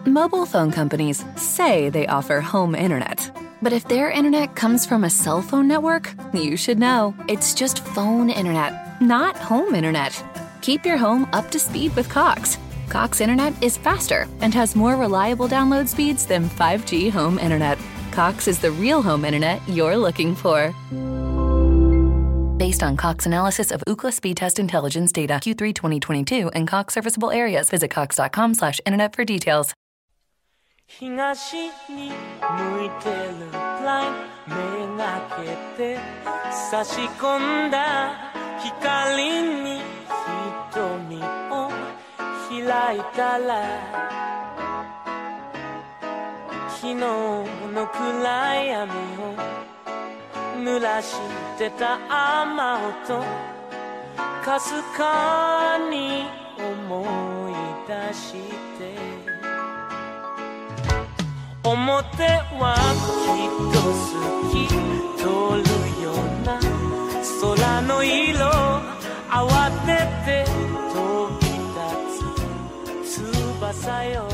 Mobile phone companies say they offer home internet. But if their internet comes from a cell phone network, you should know. It's just phone internet, not home internet. Keep your home up to speed with Cox. Cox internet is faster and has more reliable download speeds than 5G home internet. Cox is the real home internet you're looking for. Based on Cox analysis of Ookla speed test intelligence data Q3 2022 and Cox serviceable areas, visit cox.com/internet for details. 東に向いてるラインめがけて差し込んだ光に瞳を開いたら昨日の暗闇を濡らしてた雨音かすかに思い出して表はきっと好き通るような空の色慌てて飛び立つ翼よ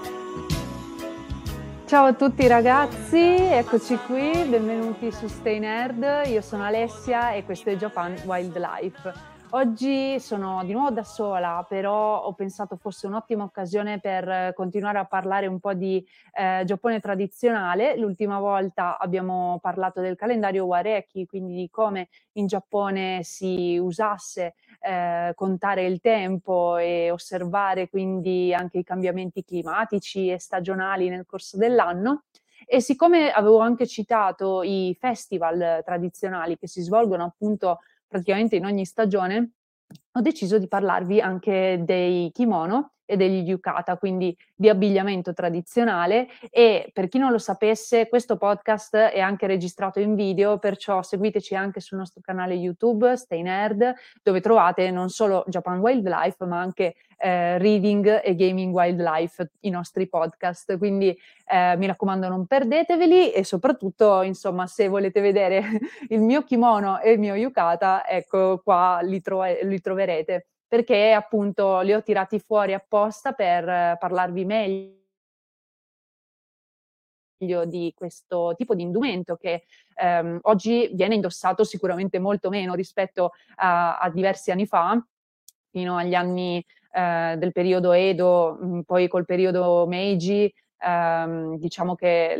Ciao a tutti ragazzi, eccoci qui, benvenuti su Stay Nerd, io sono Alessia e questo è Japan Wildlife. Oggi sono di nuovo da sola, però ho pensato fosse un'ottima occasione per continuare a parlare un po' di Giappone tradizionale. L'ultima volta abbiamo parlato del calendario Wareki, quindi di come in Giappone si usasse contare il tempo e osservare quindi anche i cambiamenti climatici e stagionali nel corso dell'anno. E siccome avevo anche citato i festival tradizionali che si svolgono appunto praticamente in ogni stagione, ho deciso di parlarvi anche dei kimono e degli yukata, quindi di abbigliamento tradizionale. E per chi non lo sapesse, questo podcast è anche registrato in video, perciò seguiteci anche sul nostro canale YouTube Stay Nerd, dove trovate non solo Japan Wildlife ma anche Reading e Gaming Wildlife, i nostri podcast, quindi mi raccomando non perdeteveli e soprattutto insomma se volete vedere il mio kimono e il mio yukata, ecco qua li troverete, perché appunto li ho tirati fuori apposta per parlarvi meglio di questo tipo di indumento che oggi viene indossato sicuramente molto meno rispetto a diversi anni fa, fino agli anni del periodo Edo, poi col periodo Meiji, diciamo che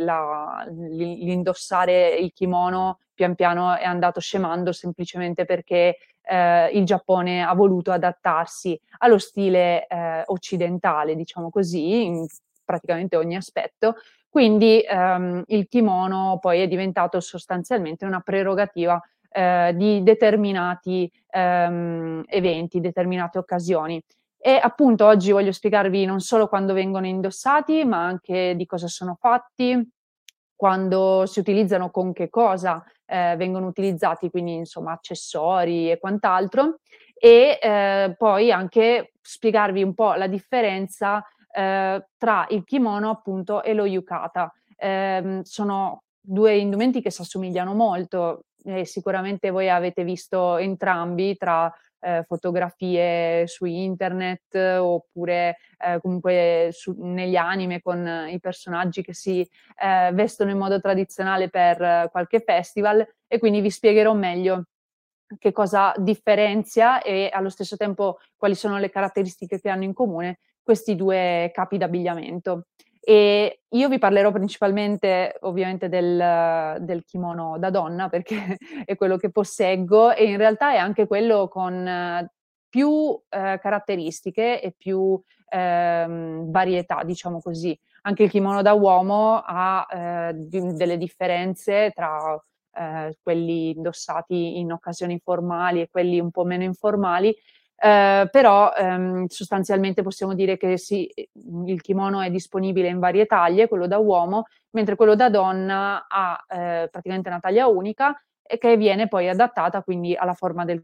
l'indossare il kimono pian piano è andato scemando semplicemente perché il Giappone ha voluto adattarsi allo stile occidentale, diciamo così, in praticamente ogni aspetto. Quindi il kimono poi è diventato sostanzialmente una prerogativa di determinati eventi, determinate occasioni. E appunto oggi voglio spiegarvi non solo quando vengono indossati, ma anche di cosa sono fatti, quando si utilizzano, con che cosa vengono utilizzati, quindi insomma accessori e quant'altro, e poi anche spiegarvi un po' la differenza tra il kimono appunto e lo yukata. Sono due indumenti che s'assomigliano molto e sicuramente voi avete visto entrambi tra fotografie su internet oppure comunque negli anime con i personaggi che si vestono in modo tradizionale per qualche festival, e quindi vi spiegherò meglio che cosa differenzia e allo stesso tempo quali sono le caratteristiche che hanno in comune questi due capi d'abbigliamento. E io vi parlerò principalmente ovviamente del kimono da donna, perché è quello che posseggo e in realtà è anche quello con più caratteristiche e più varietà, diciamo così. Anche il kimono da uomo ha delle differenze tra quelli indossati in occasioni formali e quelli un po' meno informali, però sostanzialmente possiamo dire che il kimono è disponibile in varie taglie, quello da uomo, mentre quello da donna ha praticamente una taglia unica e che viene poi adattata quindi alla forma del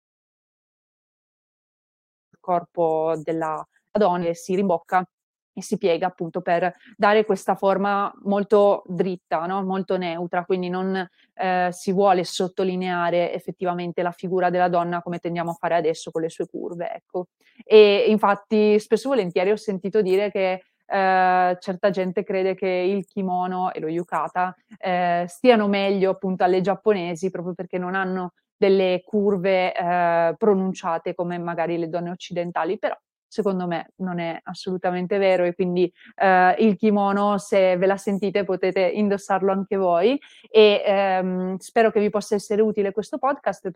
corpo della donna, e si rimbocca e si piega appunto per dare questa forma molto dritta, no, molto neutra, quindi non si vuole sottolineare effettivamente la figura della donna come tendiamo a fare adesso con le sue curve, ecco. E infatti spesso e volentieri ho sentito dire che certa gente crede che il kimono e lo yukata, stiano meglio appunto alle giapponesi, proprio perché non hanno delle curve, pronunciate come magari le donne occidentali, però secondo me non è assolutamente vero e quindi, il kimono se ve la sentite potete indossarlo anche voi e, spero che vi possa essere utile questo podcast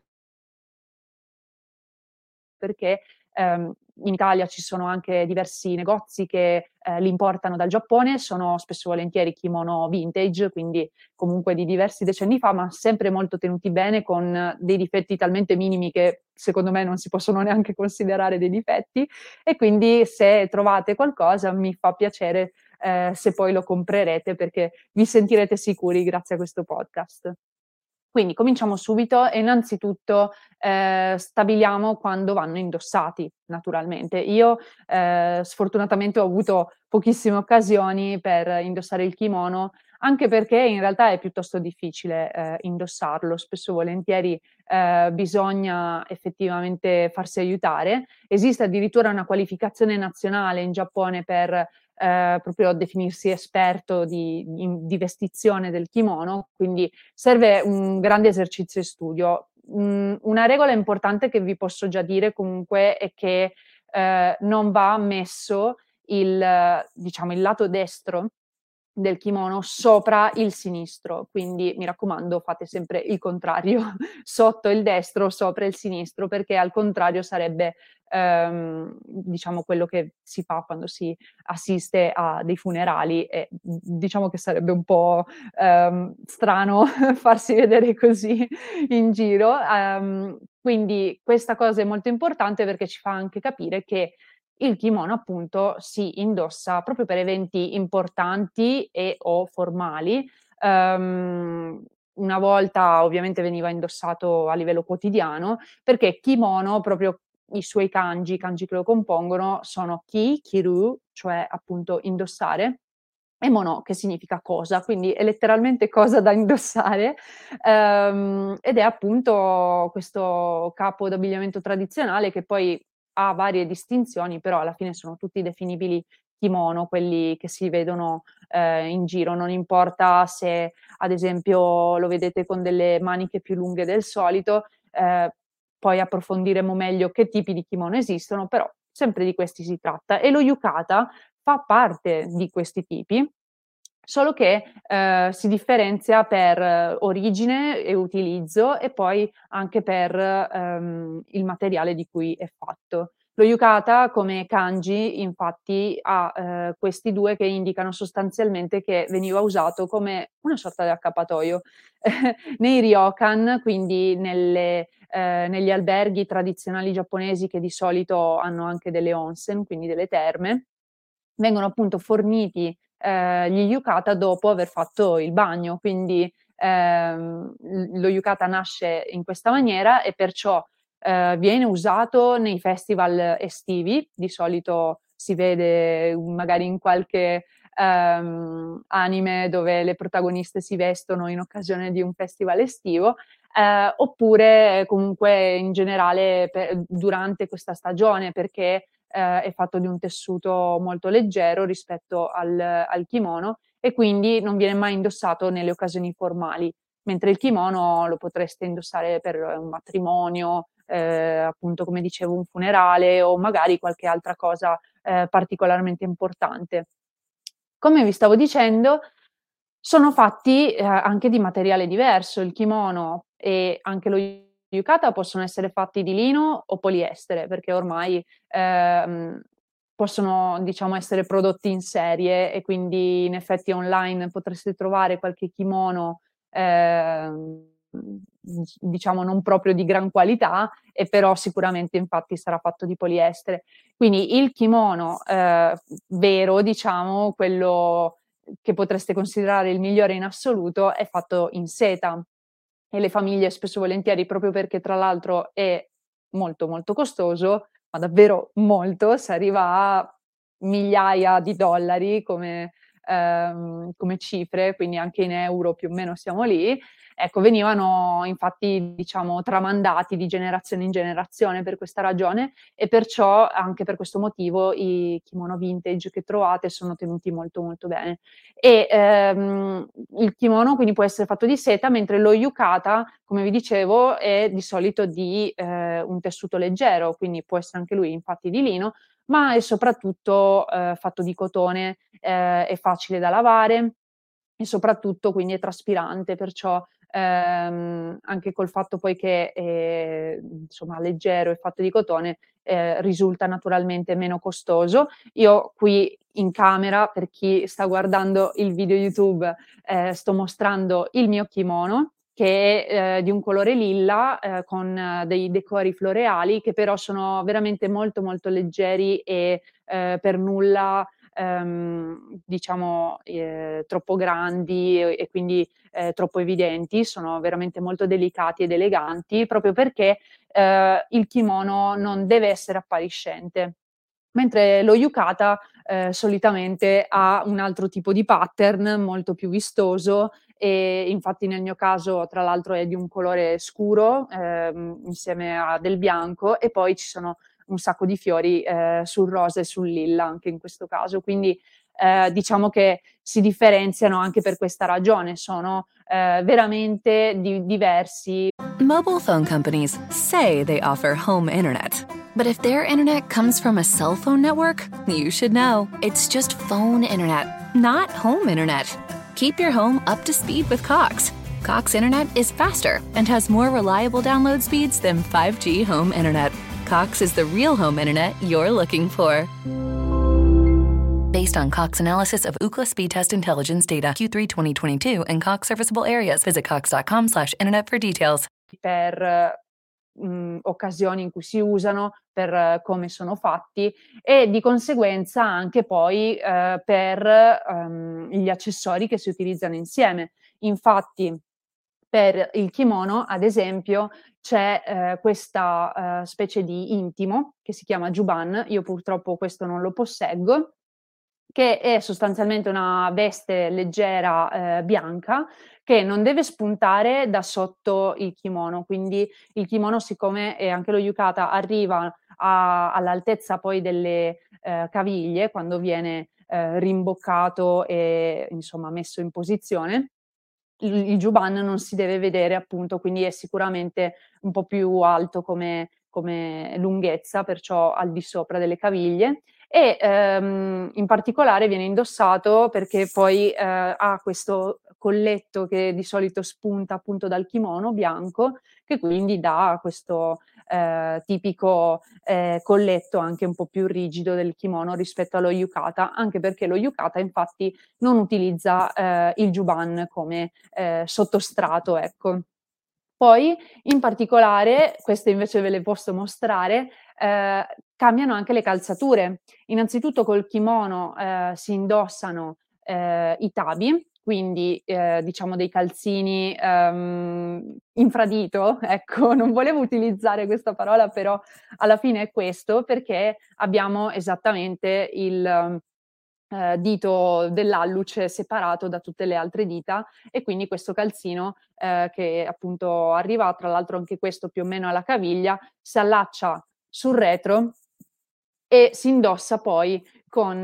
perché, in Italia ci sono anche diversi negozi che, li importano dal Giappone, sono spesso e volentieri kimono vintage, quindi comunque di diversi decenni fa, ma sempre molto tenuti bene con dei difetti talmente minimi che secondo me non si possono neanche considerare dei difetti e quindi se trovate qualcosa mi fa piacere, se poi lo comprerete perché vi sentirete sicuri grazie a questo podcast. Quindi cominciamo subito e innanzitutto, stabiliamo quando vanno indossati, naturalmente. Io, sfortunatamente ho avuto pochissime occasioni per indossare il kimono, anche perché in realtà è piuttosto difficile, indossarlo. Spesso e volentieri, bisogna effettivamente farsi aiutare. Esiste addirittura una qualificazione nazionale in Giappone per, proprio definirsi esperto di vestizione del kimono, quindi serve un grande esercizio e studio. Una regola importante che vi posso già dire comunque è che, non va messo diciamo il lato destro del kimono sopra il sinistro, quindi mi raccomando fate sempre il contrario, sotto il destro, sopra il sinistro, perché al contrario sarebbe, diciamo quello che si fa quando si assiste a dei funerali e diciamo che sarebbe un po', strano farsi vedere così in giro. Quindi questa cosa è molto importante perché ci fa anche capire che il kimono appunto si indossa proprio per eventi importanti e o formali. Una volta ovviamente veniva indossato a livello quotidiano, perché kimono, proprio i kanji che lo compongono sono ki, kiru, cioè appunto indossare, e mono che significa cosa, quindi è letteralmente cosa da indossare, ed è appunto questo capo d'abbigliamento tradizionale che poi ha varie distinzioni, però alla fine sono tutti definibili kimono, quelli che si vedono, in giro. Non importa se ad esempio lo vedete con delle maniche più lunghe del solito, poi approfondiremo meglio che tipi di kimono esistono, però sempre di questi si tratta. E lo yukata fa parte di questi tipi, solo che, si differenzia per origine e utilizzo e poi anche per, il materiale di cui è fatto. Lo yukata come kanji infatti ha, questi 2 che indicano sostanzialmente che veniva usato come una sorta di accappatoio. Nei ryokan, quindi negli alberghi tradizionali giapponesi che di solito hanno anche delle onsen, quindi delle terme, vengono appunto forniti, gli yukata dopo aver fatto il bagno, quindi, lo yukata nasce in questa maniera e perciò, viene usato nei festival estivi, di solito si vede magari in qualche, anime dove le protagoniste si vestono in occasione di un festival estivo, oppure comunque in generale durante questa stagione perché, è fatto di un tessuto molto leggero rispetto al kimono e quindi non viene mai indossato nelle occasioni formali, mentre il kimono lo potreste indossare per un matrimonio, appunto come dicevo un funerale o magari qualche altra cosa, particolarmente importante. Come vi stavo dicendo, sono fatti, anche di materiale diverso. Il kimono e anche lo yukata possono essere fatti di lino o poliestere, perché ormai, possono diciamo essere prodotti in serie e quindi in effetti online potreste trovare qualche kimono, diciamo non proprio di gran qualità e però sicuramente infatti sarà fatto di poliestere. Quindi il kimono, vero diciamo, quello che potreste considerare il migliore in assoluto, è fatto in seta e le famiglie spesso e volentieri, proprio perché tra l'altro è molto, molto costoso, ma davvero molto, si arriva a migliaia di dollari come, come cifre, quindi anche in euro più o meno siamo lì. Ecco, venivano infatti, diciamo, tramandati di generazione in generazione per questa ragione e perciò, anche per questo motivo, i kimono vintage che trovate sono tenuti molto, molto bene. E, il kimono quindi può essere fatto di seta, mentre lo yukata, come vi dicevo, è di solito di, un tessuto leggero, quindi può essere anche lui infatti di lino, ma è soprattutto, fatto di cotone, è facile da lavare e soprattutto quindi è traspirante, perciò, anche col fatto poi che è, insomma leggero e fatto di cotone, risulta naturalmente meno costoso. Io qui in camera, per chi sta guardando il video YouTube, sto mostrando il mio kimono che è, di un colore lilla, con dei decori floreali che però sono veramente molto, molto leggeri e, per nulla diciamo, troppo grandi e quindi, troppo evidenti, sono veramente molto delicati ed eleganti, proprio perché, il kimono non deve essere appariscente. Mentre lo yukata, solitamente ha un altro tipo di pattern molto più vistoso e infatti nel mio caso tra l'altro è di un colore scuro, insieme a del bianco e poi ci sono un sacco di fiori, sul rosa e sul lilla anche in questo caso. Quindi, diciamo che si differenziano anche per questa ragione, sono, veramente diversi. Mobile phone companies say they offer home internet. But if their internet comes from a cell phone network, you should know. It's just phone internet, not home internet. Keep your home up to speed with Cox. Cox internet is faster and has more reliable download speeds than 5G home internet. Cox is the real home internet you're looking for. Based on Cox analysis of Ookla speed test intelligence data Q3 2022 and Cox serviceable areas, visit cox.com/internet for details. Per occasioni in cui si usano, per come sono fatti e di conseguenza anche poi, per, gli accessori che si utilizzano insieme. Infatti per il kimono, ad esempio, c'è, questa, specie di intimo che si chiama juban, io purtroppo questo non lo posseggo, che è sostanzialmente una veste leggera, bianca, che non deve spuntare da sotto il kimono. Quindi il kimono, siccome e anche lo yukata arriva all'altezza poi delle, caviglie, quando viene, rimboccato e insomma messo in posizione, il juban non si deve vedere appunto, quindi è sicuramente un po' più alto come lunghezza, perciò al di sopra delle caviglie e, in particolare viene indossato perché poi, ha questo colletto che di solito spunta appunto dal kimono bianco, che quindi dà questo, tipico, colletto anche un po' più rigido del kimono rispetto allo yukata, anche perché lo yukata infatti non utilizza, il juban come, sottostrato, ecco. Poi, in particolare, queste invece ve le posso mostrare, cambiano anche le calzature. Innanzitutto col kimono, si indossano, i tabi, quindi, diciamo dei calzini, infradito, ecco, non volevo utilizzare questa parola, però alla fine è questo, perché abbiamo esattamente il dito dell'alluce separato da tutte le altre dita e quindi questo calzino, che appunto arriva tra l'altro anche questo più o meno alla caviglia, si allaccia sul retro e si indossa poi con,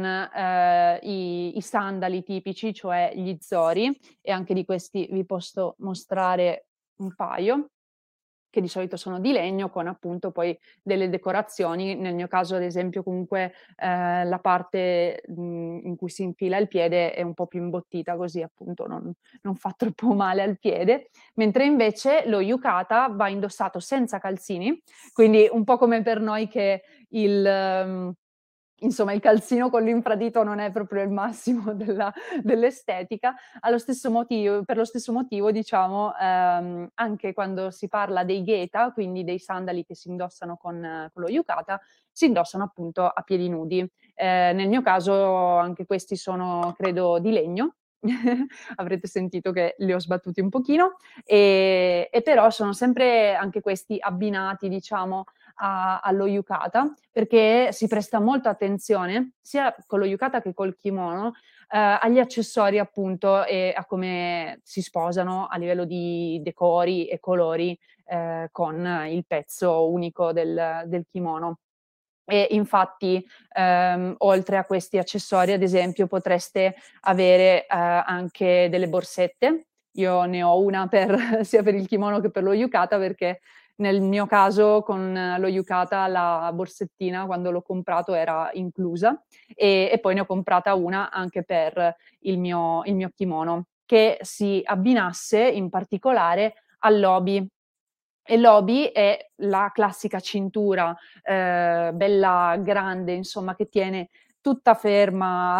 i sandali tipici, cioè gli zori e anche di questi vi posso mostrare un paio che di solito sono di legno con appunto poi delle decorazioni. Nel mio caso ad esempio comunque, la parte, in cui si infila il piede è un po' più imbottita così appunto non fa troppo male al piede, mentre invece lo yukata va indossato senza calzini, quindi un po' come per noi che il insomma il calzino con l'infradito non è proprio il massimo dell'estetica, per lo stesso motivo diciamo, anche quando si parla dei geta, quindi dei sandali che si indossano con lo yukata, si indossano appunto a piedi nudi. Nel mio caso anche questi sono credo di legno, avrete sentito che li ho sbattuti un pochino, e però sono sempre anche questi abbinati diciamo allo yukata, perché si presta molta attenzione, sia con lo yukata che col kimono, agli accessori appunto e a come si sposano a livello di decori e colori, con il pezzo unico del kimono. E infatti, oltre a questi accessori, ad esempio, potreste avere, anche delle borsette. Io ne ho una per sia per il kimono che per lo yukata, perché nel mio caso con lo yukata la borsettina quando l'ho comprato era inclusa, e poi ne ho comprata una anche per il mio kimono, che si abbinasse in particolare all'obi. E l'obi è la classica cintura, bella grande, insomma, che tiene tutta ferma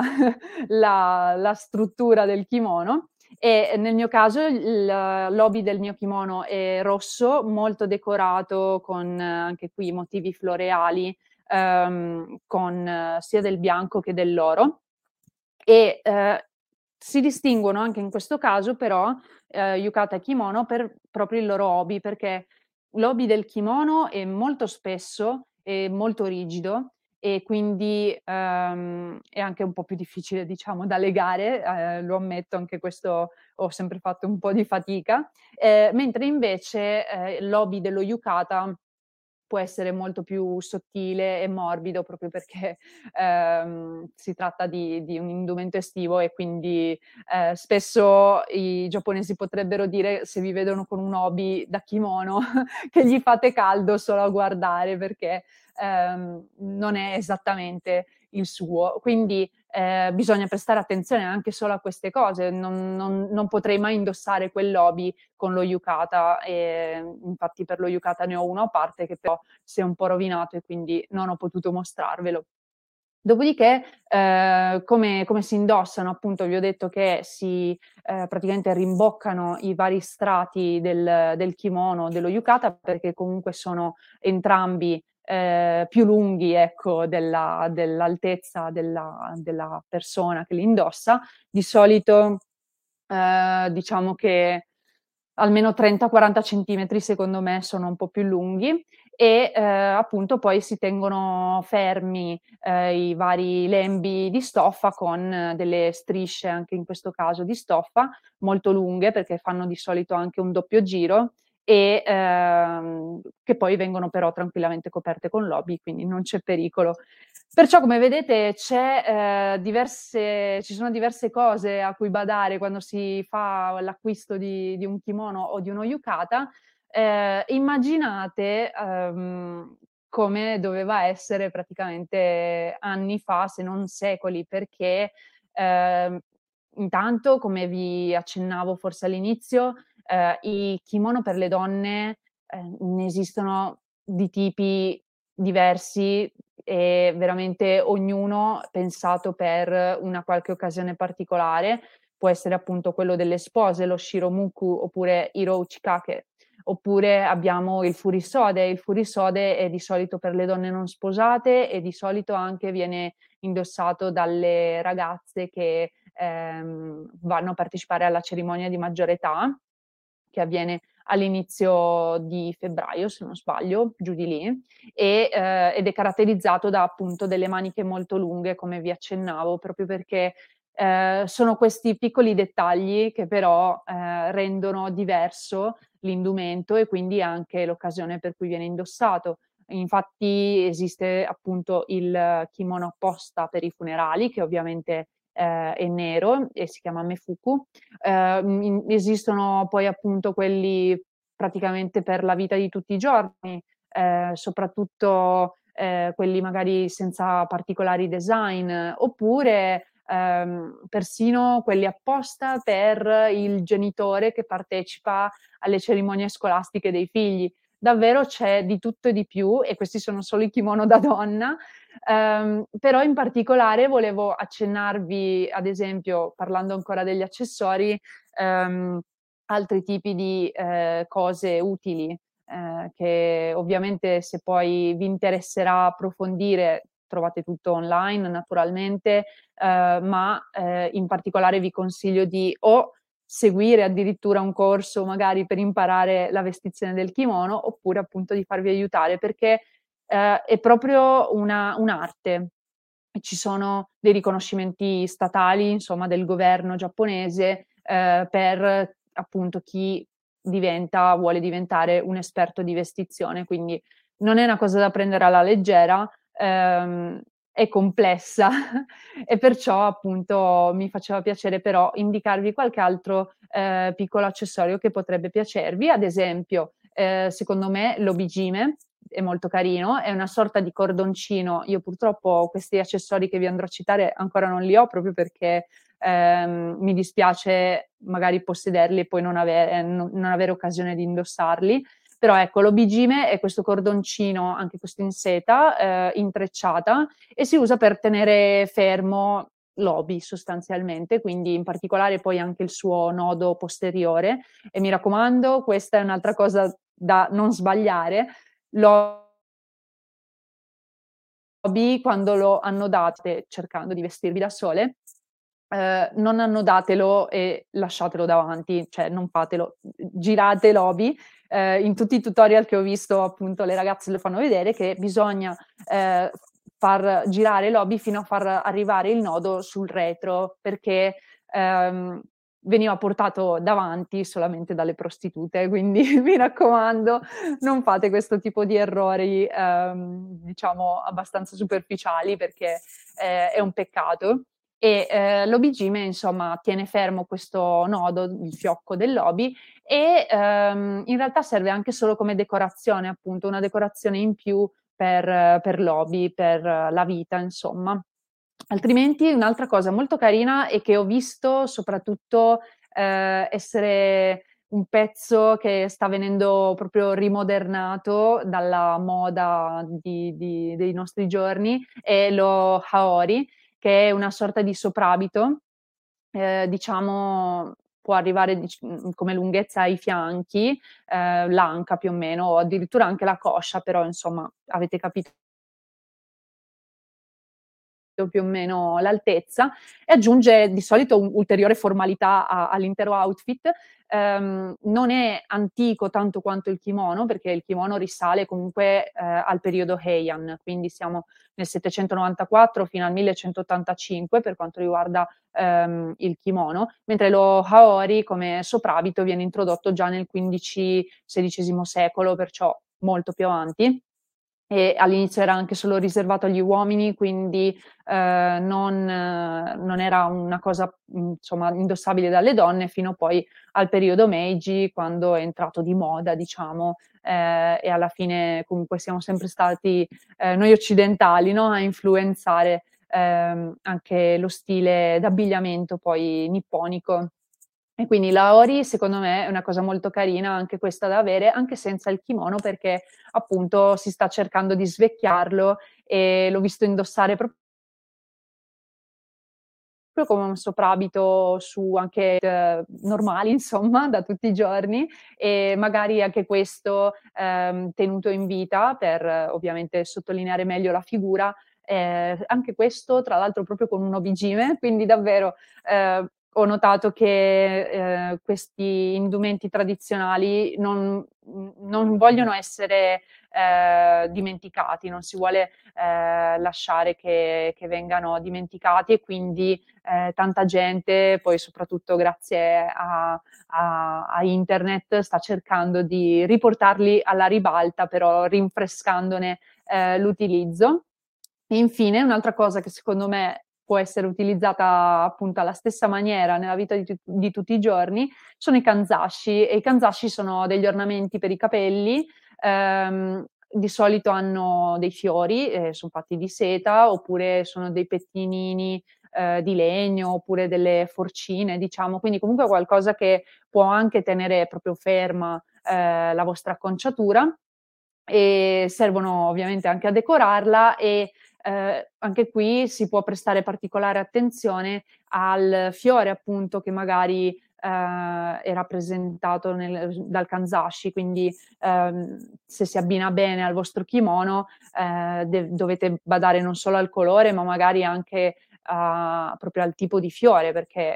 la struttura del kimono, e nel mio caso l'obi del mio kimono è rosso, molto decorato con anche qui motivi floreali, con sia del bianco che dell'oro. E, si distinguono anche in questo caso però, yukata e kimono per proprio il loro hobby, perché l'hobby del kimono è molto spesso e molto rigido e quindi, è anche un po' più difficile diciamo da legare, lo ammetto, anche questo ho sempre fatto un po' di fatica, mentre invece, l'hobby dello yukata può essere molto più sottile e morbido proprio perché, si tratta di un indumento estivo e quindi, spesso i giapponesi potrebbero dire, se vi vedono con un hobby da kimono, che gli fate caldo solo a guardare perché, non è esattamente il suo. Quindi, bisogna prestare attenzione anche solo a queste cose. Non potrei mai indossare quell'hobby con lo yukata, infatti per lo yukata ne ho uno a parte che però si è un po' rovinato e quindi non ho potuto mostrarvelo. Dopodiché, come si indossano, appunto vi ho detto che si, praticamente rimboccano i vari strati del kimono, dello yukata, perché comunque sono entrambi, più lunghi, ecco, dell'altezza della persona che li indossa. Di solito, diciamo che almeno 30, 40 centimetri secondo me sono un po' più lunghi e, appunto poi si tengono fermi, i vari lembi di stoffa con delle strisce, anche in questo caso di stoffa, molto lunghe perché fanno di solito anche un doppio giro e, che poi vengono però tranquillamente coperte con l'obi, quindi non c'è pericolo. Perciò come vedete ci sono diverse cose a cui badare quando si fa l'acquisto di un kimono o di uno yukata. Immaginate, come doveva essere praticamente anni fa, se non secoli, perché, ehm, intanto come vi accennavo forse all'inizio, i kimono per le donne, ne esistono di tipi diversi e veramente ognuno pensato per una qualche occasione particolare. Può essere appunto quello delle spose, lo shiromuku oppure hiro uchikake. Oppure abbiamo il furisode. Il furisode è di solito per le donne non sposate e di solito anche viene indossato dalle ragazze che, vanno a partecipare alla cerimonia di maggiore età, che avviene all'inizio di febbraio, se non sbaglio, giù di lì, ed è caratterizzato da appunto delle maniche molto lunghe, come vi accennavo, proprio perché, sono questi piccoli dettagli che però, rendono diverso l'indumento e quindi anche l'occasione per cui viene indossato. Infatti esiste appunto il kimono apposta per i funerali, che ovviamente, è nero e si chiama mefuku. Esistono poi appunto quelli praticamente per la vita di tutti i giorni, soprattutto, quelli magari senza particolari design, oppure, persino quelli apposta per il genitore che partecipa alle cerimonie scolastiche dei figli. Davvero c'è di tutto e di più e questi sono solo i kimono da donna. Però in particolare volevo accennarvi, ad esempio, parlando ancora degli accessori, ehm, altri tipi di, cose utili, che ovviamente se poi vi interesserà approfondire trovate tutto online naturalmente, ma, in particolare vi consiglio di o seguire addirittura un corso magari per imparare la vestizione del kimono, oppure appunto di farvi aiutare perché, è proprio un'arte. ci sono dei riconoscimenti statali, insomma, del governo giapponese, per appunto chi vuole diventare un esperto di vestizione. Quindi non è una cosa da prendere alla leggera, è complessa e perciò appunto mi faceva piacere però indicarvi qualche altro, piccolo accessorio che potrebbe piacervi. Ad esempio, secondo me l'obigime è molto carino, è una sorta di cordoncino. Io purtroppo questi accessori che vi andrò a citare ancora non li ho proprio perché, mi dispiace magari possederli e poi non avere occasione di indossarli. Però ecco, l'obigime è questo cordoncino, anche questo in seta, intrecciata e si usa per tenere fermo l'obi sostanzialmente, quindi in particolare poi anche il suo nodo posteriore. E mi raccomando, questa è un'altra cosa da non sbagliare, l'hobby quando lo annodate cercando di vestirvi da sole, non annodatelo e lasciatelo davanti, cioè non fatelo. Girate l'hobby, in tutti i tutorial che ho visto appunto le ragazze lo fanno vedere che bisogna, far girare l'hobby fino a far arrivare il nodo sul retro, perché, ehm, veniva portato davanti solamente dalle prostitute, quindi mi raccomando non fate questo tipo di errori, diciamo abbastanza superficiali perché, è un peccato. E, l'obigime insomma tiene fermo questo nodo, il fiocco dell'obi e, in realtà serve anche solo come decorazione, appunto, una decorazione in più per l'hobby, per la vita insomma. Altrimenti un'altra cosa molto carina e che ho visto soprattutto, essere un pezzo che sta venendo proprio rimodernato dalla moda dei nostri giorni, è lo Haori, che è una sorta di soprabito, diciamo può arrivare come lunghezza ai fianchi, l'anca più o meno, o addirittura anche la coscia, però insomma avete capito più o meno l'altezza e aggiunge di solito ulteriore formalità all'intero outfit. Non è antico tanto quanto il kimono, perché il kimono risale comunque, al periodo Heian, quindi siamo nel 794 fino al 1185 per quanto riguarda, il kimono, mentre lo Haori come soprabito viene introdotto già nel XV-XVI secolo, perciò molto più avanti. E all'inizio era anche solo riservato agli uomini, quindi, non era una cosa, insomma, indossabile dalle donne fino poi al periodo Meiji, quando è entrato di moda, diciamo, e alla fine comunque siamo sempre stati, noi occidentali, no, a influenzare, anche lo stile d'abbigliamento poi nipponico. E quindi l'Aori secondo me è una cosa molto carina anche questa da avere, anche senza il kimono, perché appunto si sta cercando di svecchiarlo e l'ho visto indossare proprio come un soprabito su anche normali insomma, da tutti i giorni e magari anche questo, tenuto in vita per ovviamente sottolineare meglio la figura, anche questo tra l'altro proprio con un obigime, quindi davvero, ho notato che, questi indumenti tradizionali non vogliono essere, dimenticati, non si vuole, lasciare che vengano dimenticati e quindi, tanta gente, poi soprattutto grazie a internet, sta cercando di riportarli alla ribalta, però rinfrescandone, l'utilizzo. E infine un'altra cosa che secondo me può essere utilizzata appunto alla stessa maniera nella vita di tutti i giorni, sono i kanzashi e i kanzashi sono degli ornamenti per i capelli, di solito hanno dei fiori, son fatti di seta, oppure sono dei pettinini, di legno, oppure delle forcine diciamo, quindi comunque qualcosa che può anche tenere proprio ferma, la vostra acconciatura e servono ovviamente anche a decorarla e, anche qui si può prestare particolare attenzione al fiore appunto che magari, è rappresentato dal kanzashi, quindi, se si abbina bene al vostro kimono, dovete badare non solo al colore, ma magari anche a proprio al tipo di fiore, perché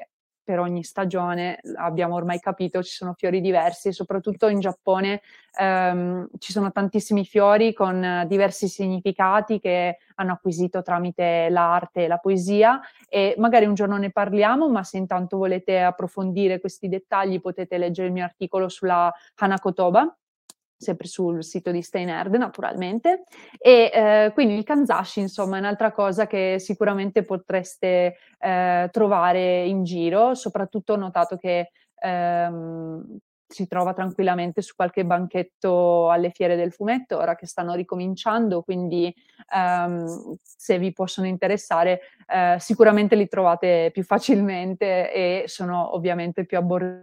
per ogni stagione, abbiamo ormai capito, ci sono fiori diversi, soprattutto in Giappone ci sono tantissimi fiori con diversi significati che hanno acquisito tramite l'arte e la poesia, e magari un giorno ne parliamo, ma se intanto volete approfondire questi dettagli potete leggere il mio articolo sulla Hanakotoba, sempre sul sito di Stay Nerd naturalmente. E quindi il kanzashi insomma è un'altra cosa che sicuramente potreste trovare in giro, soprattutto ho notato che si trova tranquillamente su qualche banchetto alle fiere del fumetto, ora che stanno ricominciando, quindi se vi possono interessare sicuramente li trovate più facilmente e sono ovviamente più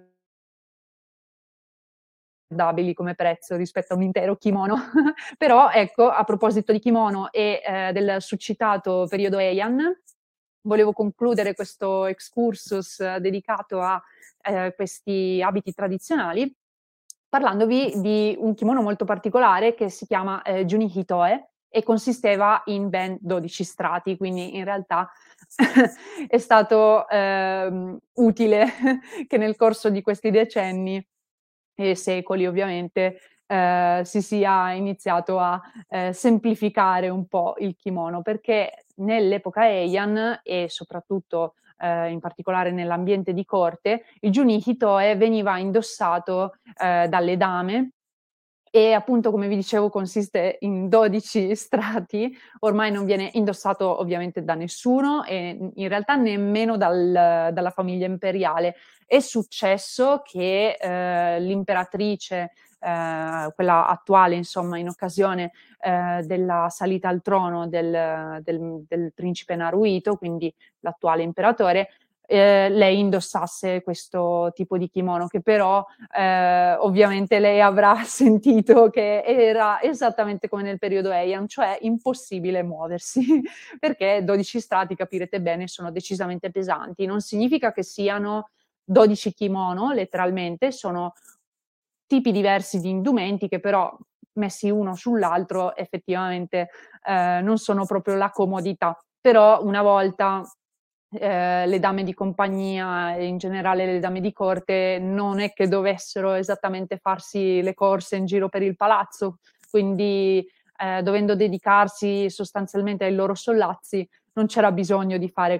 abbordabili come prezzo rispetto a un intero kimono. Però ecco, a proposito di kimono e del succitato periodo Heian, volevo concludere questo excursus dedicato a questi abiti tradizionali parlandovi di un kimono molto particolare che si chiama Juni Hitoe e consisteva in ben 12 strati, quindi in realtà è stato utile che nel corso di questi decenni e secoli ovviamente, si sia iniziato a, semplificare un po' il kimono, perché nell'epoca Heian e soprattutto, in particolare nell'ambiente di corte, il Juni Hitoe veniva indossato, dalle dame e appunto, come vi dicevo, consiste in 12 strati, ormai non viene indossato ovviamente da nessuno e in realtà nemmeno dalla famiglia imperiale. È successo che l'imperatrice, quella attuale, insomma, in occasione della salita al trono del principe Naruhito, quindi l'attuale imperatore, lei indossasse questo tipo di kimono che però ovviamente lei avrà sentito che era esattamente come nel periodo Heian, cioè impossibile muoversi perché 12 strati, capirete bene, sono decisamente pesanti. Non significa che siano 12 kimono, letteralmente, sono tipi diversi di indumenti che però messi uno sull'altro effettivamente non sono proprio la comodità. Però una volta le dame di compagnia e in generale le dame di corte non è che dovessero esattamente farsi le corse in giro per il palazzo, quindi dovendo dedicarsi sostanzialmente ai loro sollazzi, non c'era bisogno di fare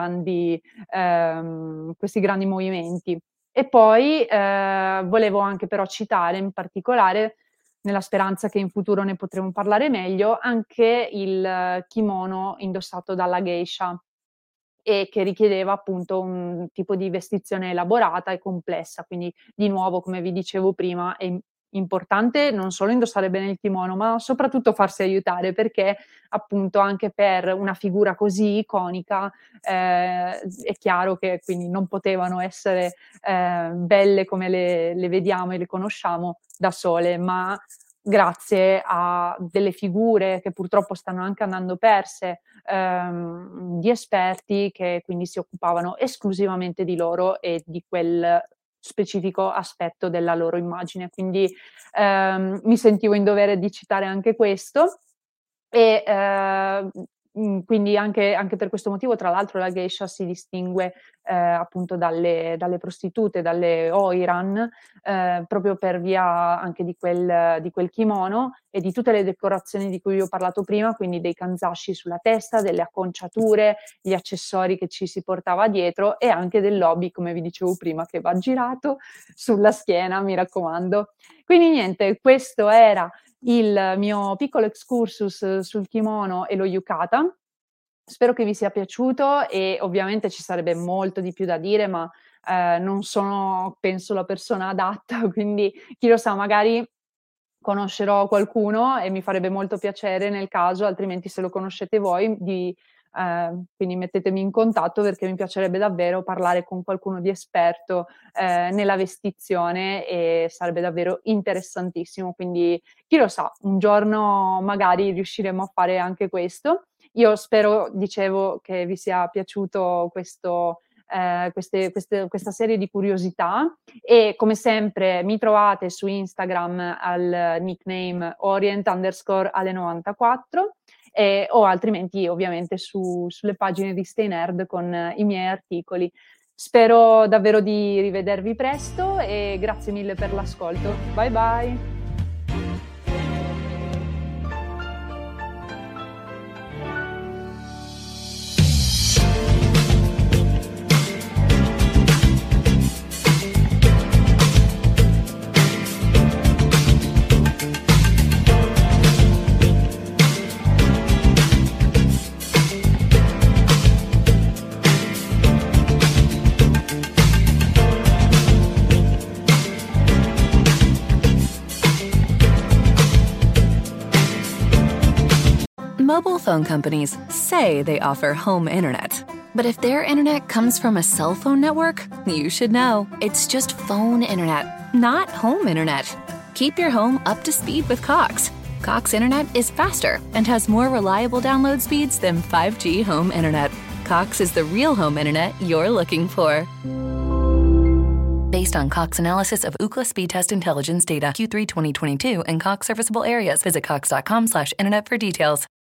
questi grandi movimenti. E poi volevo anche però citare in particolare, nella speranza che in futuro ne potremo parlare meglio, anche il kimono indossato dalla geisha e che richiedeva appunto un tipo di vestizione elaborata e complessa. Quindi di nuovo, come vi dicevo prima, è importante non solo indossare bene il kimono, ma soprattutto farsi aiutare perché appunto anche per una figura così iconica è chiaro che quindi non potevano essere belle come le vediamo e le conosciamo da sole, ma grazie a delle figure che purtroppo stanno anche andando perse, di esperti che quindi si occupavano esclusivamente di loro e di quel specifico aspetto della loro immagine. Quindi, mi sentivo in dovere di citare anche questo e, quindi anche per questo motivo, tra l'altro, la geisha si distingue, appunto dalle prostitute, dalle oiran, proprio per via anche di quel kimono e di tutte le decorazioni di cui vi ho parlato prima, quindi dei kanzashi sulla testa, delle acconciature, gli accessori che ci si portava dietro e anche dell'obi, come vi dicevo prima, che va girato sulla schiena, mi raccomando. Quindi niente, questo era il mio piccolo excursus sul kimono e lo yukata. Spero che vi sia piaciuto e ovviamente ci sarebbe molto di più da dire, ma non sono penso la persona adatta, quindi chi lo sa, magari conoscerò qualcuno e mi farebbe molto piacere nel caso, altrimenti se lo conoscete voi quindi mettetemi in contatto perché mi piacerebbe davvero parlare con qualcuno di esperto nella vestizione e sarebbe davvero interessantissimo. Quindi chi lo sa, un giorno magari riusciremo a fare anche questo. Io spero, dicevo, che vi sia piaciuto questa serie di curiosità e come sempre mi trovate su Instagram al nickname orient_ale94 o altrimenti ovviamente sulle pagine di Stay Nerd con i miei articoli. Spero davvero di rivedervi presto e grazie mille per l'ascolto. Bye bye. Mobile phone companies say they offer home internet. But if their internet comes from a cell phone network, you should know. It's just phone internet, not home internet. Keep your home up to speed with Cox. Cox internet is faster and has more reliable download speeds than 5G home internet. Cox is the real home internet you're looking for. Based on Cox analysis of Ookla speed test intelligence data Q3 2022 and Cox serviceable areas, visit cox.com/internet for details.